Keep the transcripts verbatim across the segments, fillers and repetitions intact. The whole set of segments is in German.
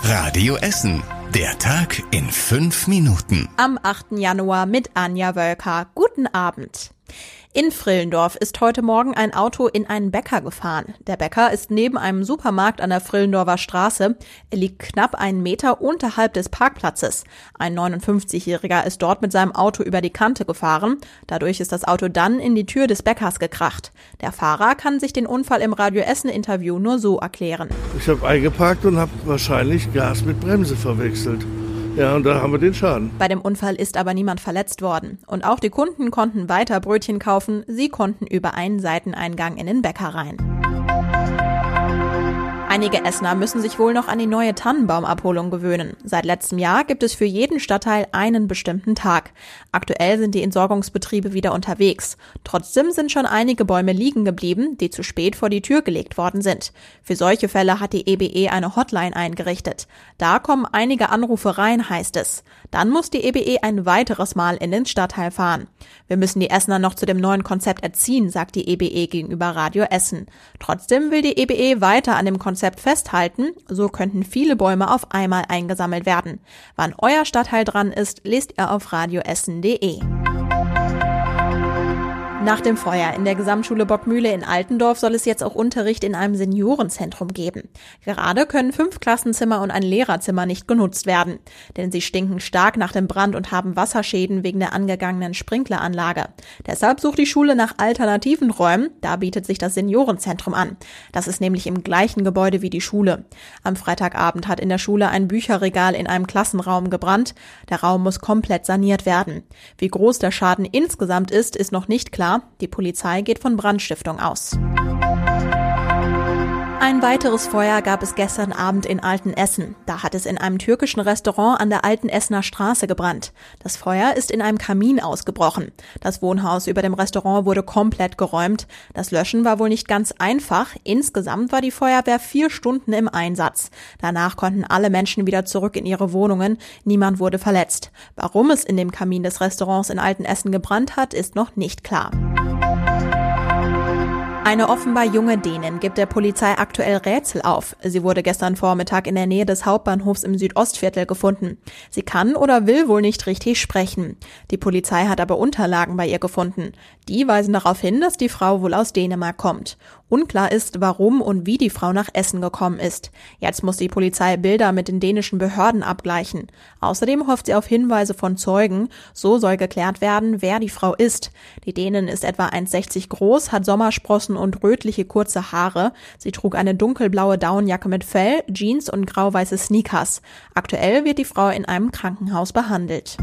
Radio Essen. Der Tag in fünf Minuten. Am achten Januar mit Anja Wölker. Guten Abend. In Vrillendorf ist heute Morgen ein Auto in einen Bäcker gefahren. Der Bäcker ist neben einem Supermarkt an der Vrillendorfer Straße. Er liegt knapp einen Meter unterhalb des Parkplatzes. Ein neunundfünfzigjähriger ist dort mit seinem Auto über die Kante gefahren. Dadurch ist das Auto dann in die Tür des Bäckers gekracht. Der Fahrer kann sich den Unfall im Radio Essen-Interview nur so erklären. Ich habe eingeparkt und habe wahrscheinlich Gas mit Bremse verwechselt. Ja, und da haben wir den Schaden. Bei dem Unfall ist aber niemand verletzt worden. Und auch die Kunden konnten weiter Brötchen kaufen. Sie konnten über einen Seiteneingang in den Bäcker rein. Einige Essener müssen sich wohl noch an die neue Tannenbaumabholung gewöhnen. Seit letztem Jahr gibt es für jeden Stadtteil einen bestimmten Tag. Aktuell sind die Entsorgungsbetriebe wieder unterwegs. Trotzdem sind schon einige Bäume liegen geblieben, die zu spät vor die Tür gelegt worden sind. Für solche Fälle hat die E B E eine Hotline eingerichtet. Da kommen einige Anrufe rein, heißt es. Dann muss die E B E ein weiteres Mal in den Stadtteil fahren. Wir müssen die Essener noch zu dem neuen Konzept erziehen, sagt die E B E gegenüber Radio Essen. Trotzdem will die E B E weiter an dem Konzept festhalten, so könnten viele Bäume auf einmal eingesammelt werden. Wann euer Stadtteil dran ist, lest ihr auf radioessen punkt de. Nach dem Feuer in der Gesamtschule Bockmühle in Altendorf soll es jetzt auch Unterricht in einem Seniorenzentrum geben. Gerade können fünf Klassenzimmer und ein Lehrerzimmer nicht genutzt werden, denn sie stinken stark nach dem Brand und haben Wasserschäden wegen der angegangenen Sprinkleranlage. Deshalb sucht die Schule nach alternativen Räumen, da bietet sich das Seniorenzentrum an. Das ist nämlich im gleichen Gebäude wie die Schule. Am Freitagabend hat in der Schule ein Bücherregal in einem Klassenraum gebrannt. Der Raum muss komplett saniert werden. Wie groß der Schaden insgesamt ist, ist noch nicht klar. Die Polizei geht von Brandstiftung aus. Ein weiteres Feuer gab es gestern Abend in Altenessen. Da hat es in einem türkischen Restaurant an der Alten Essener Straße gebrannt. Das Feuer ist in einem Kamin ausgebrochen. Das Wohnhaus über dem Restaurant wurde komplett geräumt. Das Löschen war wohl nicht ganz einfach. Insgesamt war die Feuerwehr vier Stunden im Einsatz. Danach konnten alle Menschen wieder zurück in ihre Wohnungen. Niemand wurde verletzt. Warum es in dem Kamin des Restaurants in Altenessen gebrannt hat, ist noch nicht klar. Eine offenbar junge Dänin gibt der Polizei aktuell Rätsel auf. Sie wurde gestern Vormittag in der Nähe des Hauptbahnhofs im Südostviertel gefunden. Sie kann oder will wohl nicht richtig sprechen. Die Polizei hat aber Unterlagen bei ihr gefunden. Die weisen darauf hin, dass die Frau wohl aus Dänemark kommt. Unklar ist, warum und wie die Frau nach Essen gekommen ist. Jetzt muss die Polizei Bilder mit den dänischen Behörden abgleichen. Außerdem hofft sie auf Hinweise von Zeugen. So soll geklärt werden, wer die Frau ist. Die Dänin ist etwa eins Komma sechzig groß, hat Sommersprossen und rötliche kurze Haare. Sie trug eine dunkelblaue Daunenjacke mit Fell, Jeans und grau-weiße Sneakers. Aktuell wird die Frau in einem Krankenhaus behandelt.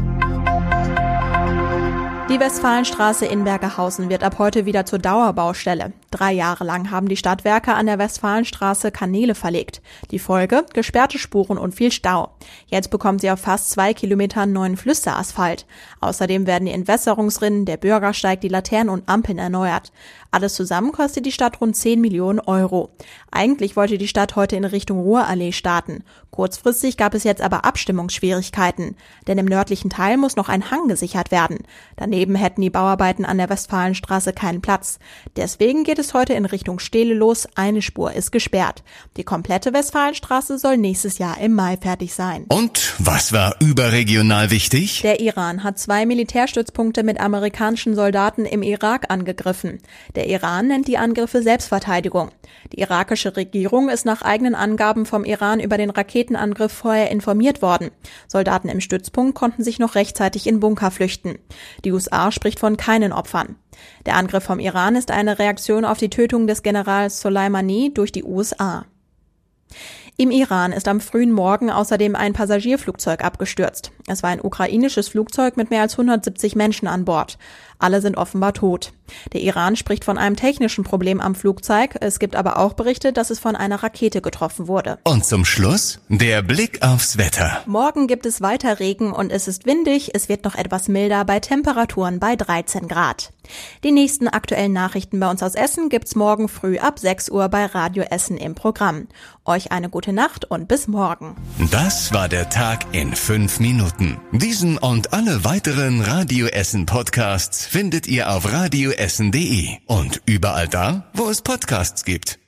Die Westfalenstraße in Bergerhausen wird ab heute wieder zur Dauerbaustelle. Drei Jahre lang haben die Stadtwerke an der Westfalenstraße Kanäle verlegt. Die Folge? Gesperrte Spuren und viel Stau. Jetzt bekommt sie auf fast zwei Kilometern neuen Flüsterasphalt. Außerdem werden die Entwässerungsrinnen, der Bürgersteig, die Laternen und Ampeln erneuert. Alles zusammen kostet die Stadt rund zehn Millionen Euro. Eigentlich wollte die Stadt heute in Richtung Ruhrallee starten. Kurzfristig gab es jetzt aber Abstimmungsschwierigkeiten. Denn im nördlichen Teil muss noch ein Hang gesichert werden. Daneben hätten die Bauarbeiten an der Westfalenstraße keinen Platz. Deswegen geht es heute in Richtung Stehle los. Eine Spur ist gesperrt. Die komplette Westfalenstraße soll nächstes Jahr im Mai fertig sein. Und was war überregional wichtig? Der Iran hat zwei Militärstützpunkte mit amerikanischen Soldaten im Irak angegriffen. Der Iran nennt die Angriffe Selbstverteidigung. Die irakische Regierung ist nach eigenen Angaben vom Iran über den Raketenangriff vorher informiert worden. Soldaten im Stützpunkt konnten sich noch rechtzeitig in Bunker flüchten. Die U S A spricht von keinen Opfern. Der Angriff vom Iran ist eine Reaktion auf die Tötung des Generals Soleimani durch die U S A. Im Iran ist am frühen Morgen außerdem ein Passagierflugzeug abgestürzt. Es war ein ukrainisches Flugzeug mit mehr als hundertsiebzig Menschen an Bord. Alle sind offenbar tot. Der Iran spricht von einem technischen Problem am Flugzeug. Es gibt aber auch Berichte, dass es von einer Rakete getroffen wurde. Und zum Schluss der Blick aufs Wetter. Morgen gibt es weiter Regen und es ist windig. Es wird noch etwas milder bei Temperaturen bei dreizehn Grad. Die nächsten aktuellen Nachrichten bei uns aus Essen gibt's morgen früh ab sechs Uhr bei Radio Essen im Programm. Euch eine gute Nacht und bis morgen. Das war der Tag in fünf Minuten. Diesen und alle weiteren Radio Essen Podcasts findet ihr auf radioessen punkt de und überall da, wo es Podcasts gibt.